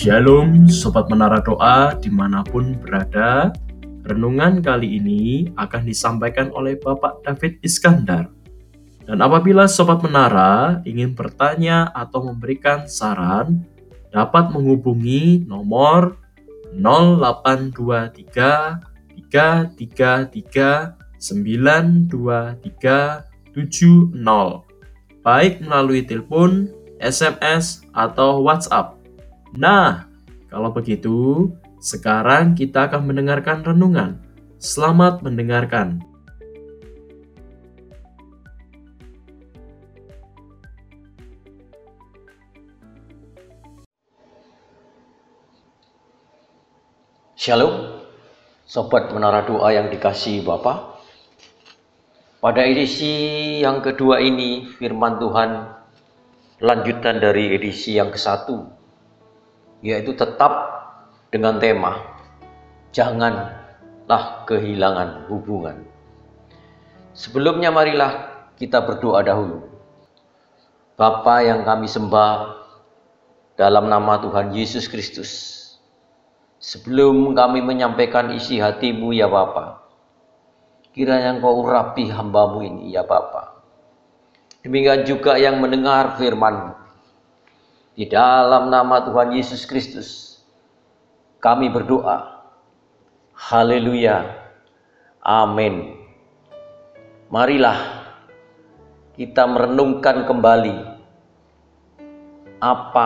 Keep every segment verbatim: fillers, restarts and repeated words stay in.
Shalom Sobat Menara Doa dimanapun berada. Renungan kali ini akan disampaikan oleh Bapak David Iskandar. Dan apabila Sobat Menara ingin bertanya atau memberikan saran, dapat menghubungi nomor nol delapan dua tiga tiga tiga tiga sembilan dua tiga tujuh nol, baik melalui telepon, S M S, atau WhatsApp. Nah, kalau begitu, sekarang kita akan mendengarkan renungan. Selamat mendengarkan. Shalom, Sobat Menara Doa yang dikasihi Bapa. Pada edisi yang kedua ini, firman Tuhan lanjutan dari edisi yang kesatu, yaitu tetap dengan tema janganlah kehilangan hubungan. Sebelumnya marilah kita berdoa dahulu. Bapa yang kami sembah dalam nama Tuhan Yesus Kristus, sebelum kami menyampaikan isi hatimu ya Bapa, kiranya Engkau urapi hamba-Mu ini ya Bapa. Demikian juga yang mendengar firman-Mu. Di dalam nama Tuhan Yesus Kristus kami berdoa. Haleluya. Amin. Marilah kita merenungkan kembali apa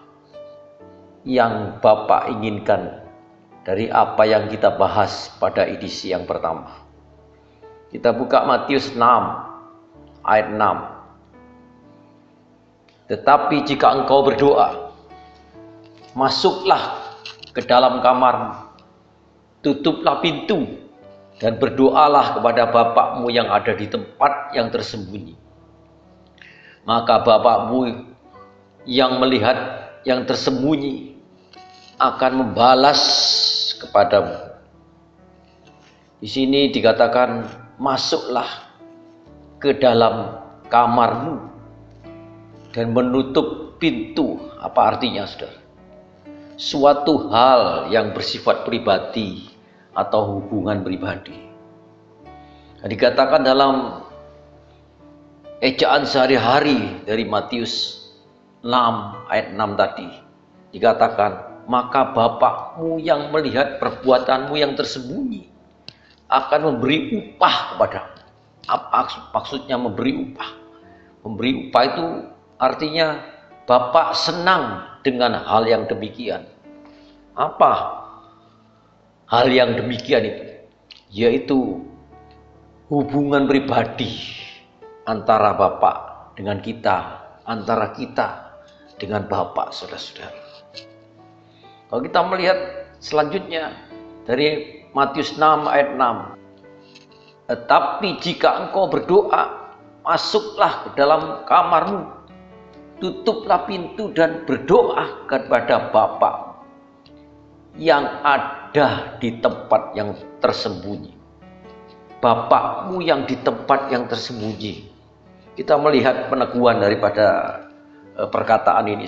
yang Bapak inginkan dari apa yang kita bahas pada edisi yang pertama. Kita buka Matius enam ayat enam. Tetapi jika engkau berdoa, masuklah ke dalam kamar, tutuplah pintu, dan berdoalah kepada Bapakmu yang ada di tempat yang tersembunyi. Maka Bapakmu yang melihat yang tersembunyi akan membalas kepadamu. Di sini dikatakan, masuklah ke dalam kamarmu dan menutup pintu. Apa artinya, saudara? Suatu hal yang bersifat pribadi atau hubungan pribadi. Dikatakan dalam ejaan sehari-hari dari Matius enam ayat enam tadi, dikatakan, maka Bapakmu yang melihat perbuatanmu yang tersembunyi akan memberi upah kepadamu. Apa maksudnya memberi upah? Memberi upah itu artinya Bapak senang dengan hal yang demikian. Apa hal yang demikian itu? Yaitu hubungan pribadi antara Bapak dengan kita, antara kita dengan Bapak, saudara-saudara. Kalau kita melihat selanjutnya dari Matius enam ayat enam. Tetapi jika engkau berdoa, masuklah ke dalam kamarmu, tutuplah pintu dan berdoa kepada Bapa yang ada di tempat yang tersembunyi. Bapakmu yang di tempat yang tersembunyi. Kita melihat peneguhan daripada perkataan ini.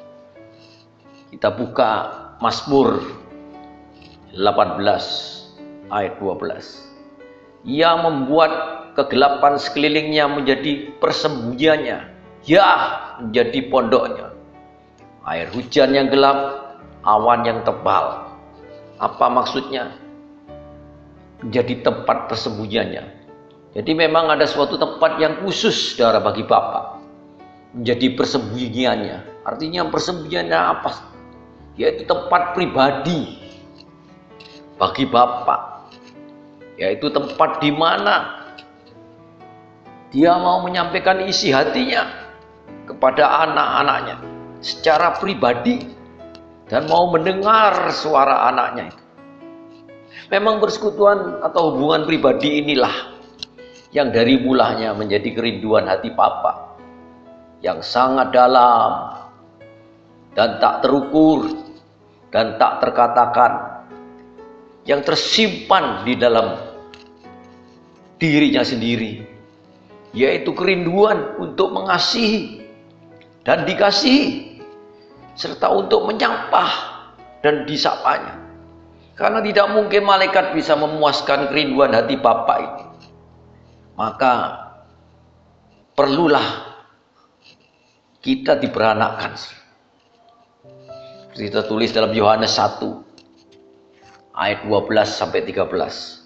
Kita buka Mazmur delapan belas ayat dua belas. Ia membuat kegelapan sekelilingnya menjadi persembunyiannya, ya menjadi pondoknya. Air hujan yang gelap, awan yang tebal. Apa maksudnya? Menjadi tempat persembunyiannya. Jadi memang ada suatu tempat yang khusus, saudara, bagi Bapak. Menjadi persembunyiannya. Artinya persembunyiannya apa? Yaitu tempat pribadi bagi Bapak. Yaitu tempat di mana Dia mau menyampaikan isi hatinya kepada anak-anaknya secara pribadi dan mau mendengar suara anaknya itu. Memang persekutuan atau hubungan pribadi inilah yang dari mulanya menjadi kerinduan hati Bapa, yang sangat dalam dan tak terukur dan tak terkatakan, yang tersimpan di dalam dirinya sendiri, yaitu kerinduan untuk mengasihi dan dikasihi, serta untuk menyampah dan disapanya. Karena tidak mungkin malaikat bisa memuaskan kerinduan hati Bapa ini. Maka perlulah kita diperanakkan. Seperti tertulis dalam Yohanes satu ayat dua belas sampai tiga belas.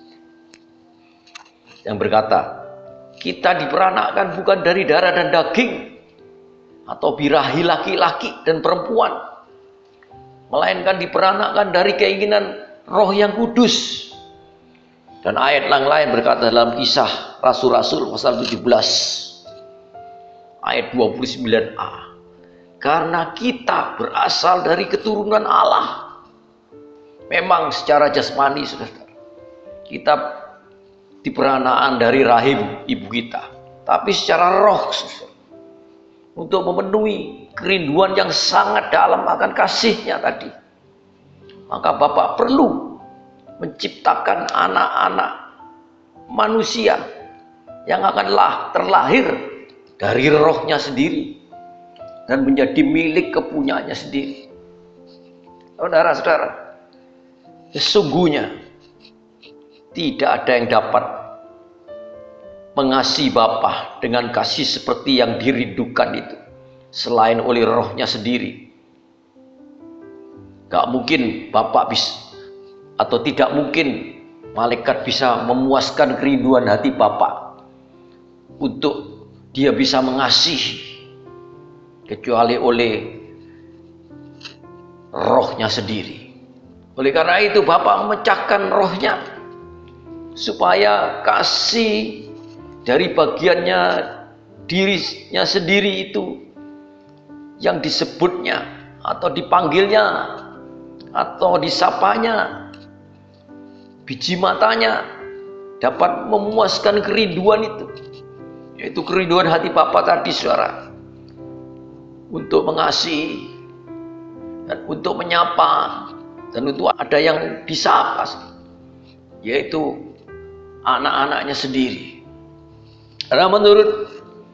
Yang berkata, kita diperanakkan bukan dari darah dan daging atau birahi laki-laki dan perempuan, melainkan diperanakkan dari keinginan Roh yang kudus. Dan ayat yang lain berkata dalam Kisah Rasul-Rasul pasal tujuh belas ayat dua puluh sembilan a, karena kita berasal dari keturunan Allah. Memang secara jasmani, saudara, kita diperanakkan dari rahim ibu kita, tapi secara roh, saudara, untuk memenuhi kerinduan yang sangat dalam akan kasihnya tadi, maka Bapak perlu menciptakan anak-anak manusia yang akanlah terlahir dari rohnya sendiri dan menjadi milik kepunyaannya sendiri. Saudara-saudara, sesungguhnya tidak ada yang dapat mengasihi Bapa dengan kasih seperti yang dirindukan itu selain oleh rohnya sendiri. Gak mungkin Bapak bisa, atau tidak mungkin malaikat bisa memuaskan kerinduan hati Bapa untuk dia bisa mengasihi kecuali oleh rohnya sendiri. Oleh karena itu Bapa memecahkan rohnya supaya kasih dari bagiannya dirinya sendiri itu yang disebutnya atau dipanggilnya atau disapanya, biji matanya dapat memuaskan kerinduan itu, yaitu kerinduan hati Bapa tadi, saudara, untuk mengasihi dan untuk menyapa dan untuk ada yang disapa, yaitu anak-anaknya sendiri. Karena menurut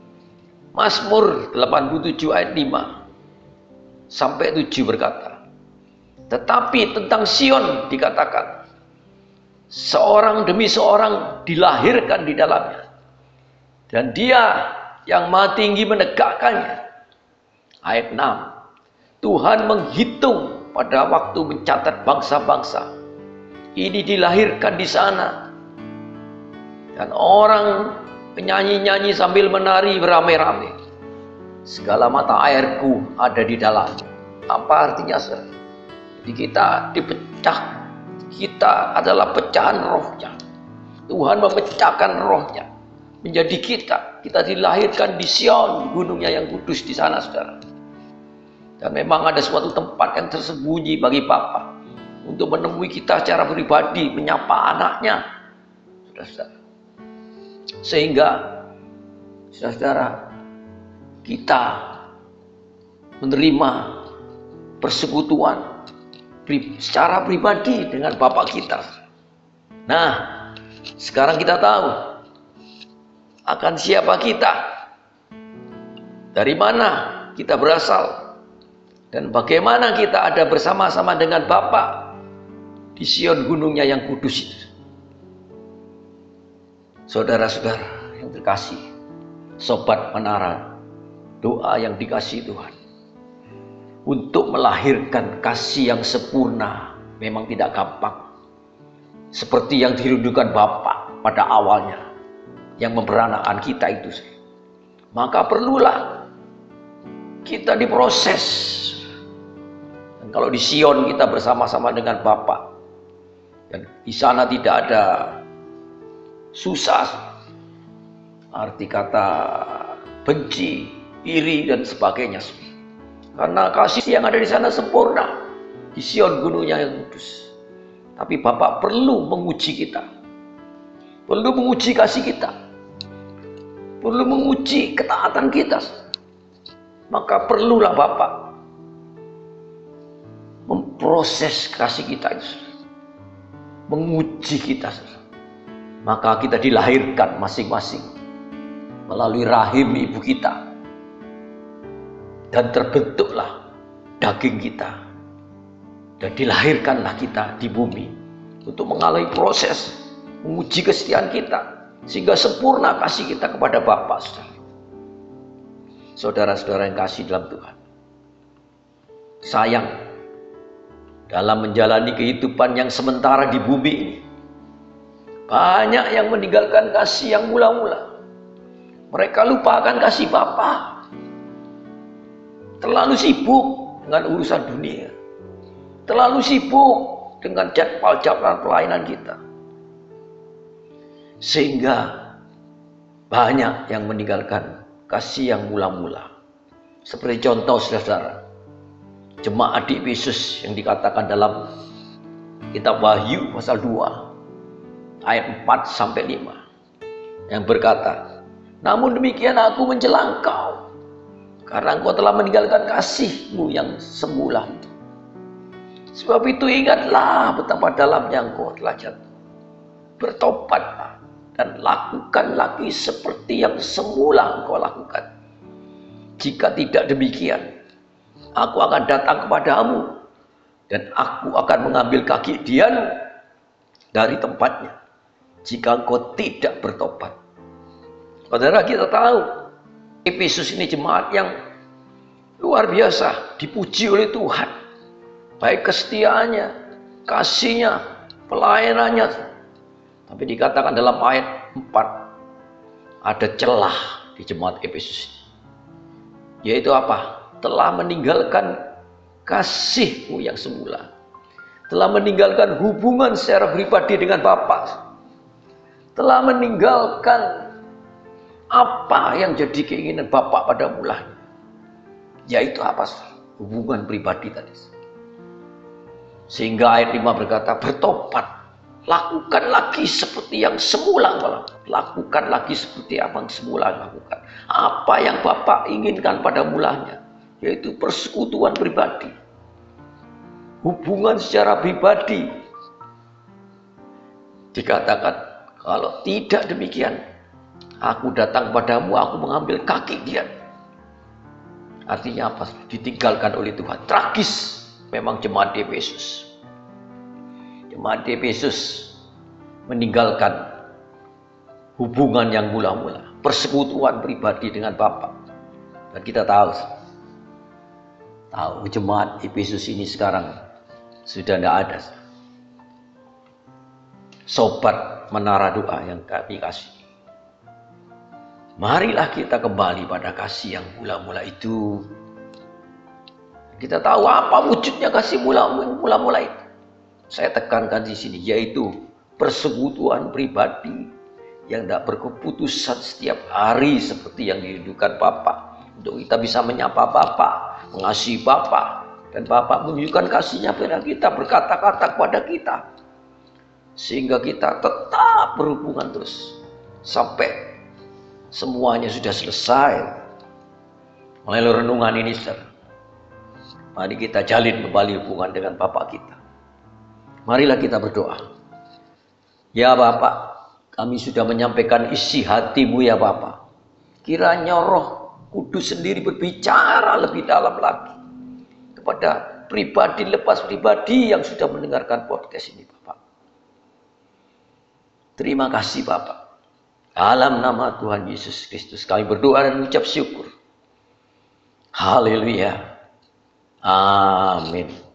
Mazmur delapan puluh tujuh ayat lima sampai tujuh berkata, tetapi tentang Sion dikatakan, seorang demi seorang dilahirkan di dalamnya, dan dia yang Maha Tinggi menegakkannya. Ayat enam, Tuhan menghitung pada waktu mencatat bangsa-bangsa. Ini dilahirkan di sana, dan orang penyanyi-nyanyi sambil menari beramai-ramai. Segala mata airku ada di dalam. Apa artinya, saudara? Jadi kita dipecah, kita adalah pecahan rohnya. Tuhan memecahkan rohnya menjadi kita. Kita dilahirkan di Sion, gunungnya yang kudus di sana, saudara. Dan memang ada suatu tempat yang tersembunyi bagi Bapa untuk menemui kita secara pribadi, menyapa anaknya, saudara-saudara. Sehingga saudara, kita menerima persekutuan secara pribadi dengan Bapa kita. Nah, sekarang kita tahu akan siapa kita, dari mana kita berasal, dan bagaimana kita ada bersama-sama dengan Bapa di Sion gunungnya yang kudus itu. Saudara-saudara yang terkasih, sobat menara, doa yang dikasihi Tuhan, untuk melahirkan kasih yang sempurna memang tidak gampang, seperti yang dirindukan Bapa pada awalnya yang memperanakkan kita itu. Maka perlulah kita diproses. Dan kalau di Sion kita bersama-sama dengan Bapa, dan di sana tidak ada susah, arti kata benci, iri dan sebagainya, karena kasih yang ada di sana sempurna di Sion gunungnya yang kudus. Tapi Bapak perlu menguji kita, perlu menguji kasih kita, perlu menguji ketaatan kita. Maka perlulah Bapak memproses kasih kita itu, menguji kita. Maka kita dilahirkan masing-masing melalui rahim ibu kita, dan terbentuklah daging kita. Dan dilahirkanlah kita di bumi untuk mengalami proses menguji kesetiaan kita, sehingga sempurna kasih kita kepada Bapa. Saudara-saudara yang kasih dalam Tuhan, sayang dalam menjalani kehidupan yang sementara di bumi ini, banyak yang meninggalkan kasih yang mula-mula. Mereka lupakan kasih Bapa, terlalu sibuk dengan urusan dunia, terlalu sibuk dengan jadwal-jadwal pelayanan kita, sehingga banyak yang meninggalkan kasih yang mula-mula. Seperti contoh saudara, jemaat di Efesus yang dikatakan dalam kitab Wahyu pasal dua ayat empat sampai lima, yang berkata, namun demikian aku mencela engkau, karena engkau telah meninggalkan kasihmu yang semula itu. Sebab itu ingatlah betapa dalamnya engkau telah jatuh. Bertobatlah dan lakukan lagi seperti yang semula engkau lakukan. Jika tidak demikian, aku akan datang kepadamu dan aku akan mengambil kaki diamu dari tempatnya jika engkau tidak bertobat. Saudara, kita tahu Efesus ini jemaat yang luar biasa, dipuji oleh Tuhan. Baik kesetiaannya, kasihnya, pelayanannya. Tapi dikatakan dalam ayat empat, ada celah di jemaat Efesus ini. Yaitu apa? Telah meninggalkan kasihmu yang semula. Telah meninggalkan hubungan secara pribadi dengan Bapa. Telah meninggalkan apa yang jadi keinginan Bapa pada mulanya. Yaitu apa? Hubungan pribadi tadi. Sehingga ayat lima berkata, bertobat. Lakukan lagi seperti yang semula engkau lakukan. Lakukan lagi seperti apa yang semula lakukan. Apa yang Bapa inginkan pada mulanya, yaitu persekutuan pribadi, hubungan secara pribadi. Dikatakan, kalau tidak demikian, aku datang padamu, aku mengambil kaki dia. Artinya apa? Ditinggalkan oleh Tuhan. Tragis memang jemaat di Efesus. Jemaat di Efesus meninggalkan hubungan yang mula-mula, persekutuan pribadi dengan Bapa. Dan kita tahu, tahu jemaat Efesus ini sekarang sudah tidak ada. Sobat Menara Doa yang kami kasih, marilah kita kembali pada kasih yang mula-mula itu. Kita tahu apa wujudnya kasih mula-mula itu. Saya tekankan di sini, yaitu persekutuan pribadi yang tidak berkeputusan setiap hari seperti yang dirindukan Bapa. Untuk kita bisa menyapa Bapa, mengasihi Bapa, dan Bapa menunjukkan kasihnya pada kita, berkata-kata kepada kita, sehingga kita tetap berhubungan terus sampai semuanya sudah selesai. Melalui renungan ini, saudara, mari kita jalin kembali hubungan dengan Bapa kita. Marilah kita berdoa. Ya Bapa, kami sudah menyampaikan isi hatimu ya Bapa. Kiranya Roh Kudus sendiri berbicara lebih dalam lagi kepada pribadi lepas pribadi yang sudah mendengarkan podcast ini Bapak. Terima kasih Bapak. Dalam nama Tuhan Yesus Kristus kami berdoa dan mengucap syukur. Haleluya. Amin.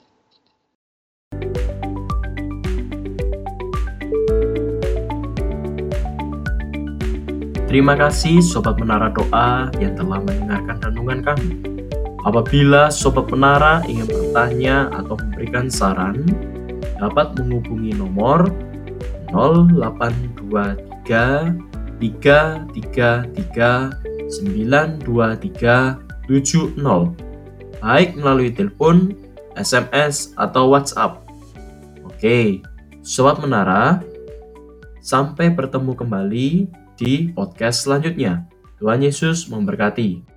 Terima kasih Sobat Menara Doa yang telah mendengarkan renungan kami. Apabila Sobat Menara ingin bertanya atau memberikan saran, dapat menghubungi nomor nol delapan dua tiga tiga tiga tiga sembilan dua tiga tujuh nol, baik melalui telepon, S M S, atau WhatsApp. Oke, Sobat Menara, sampai bertemu kembali di podcast selanjutnya. Tuhan Yesus memberkati.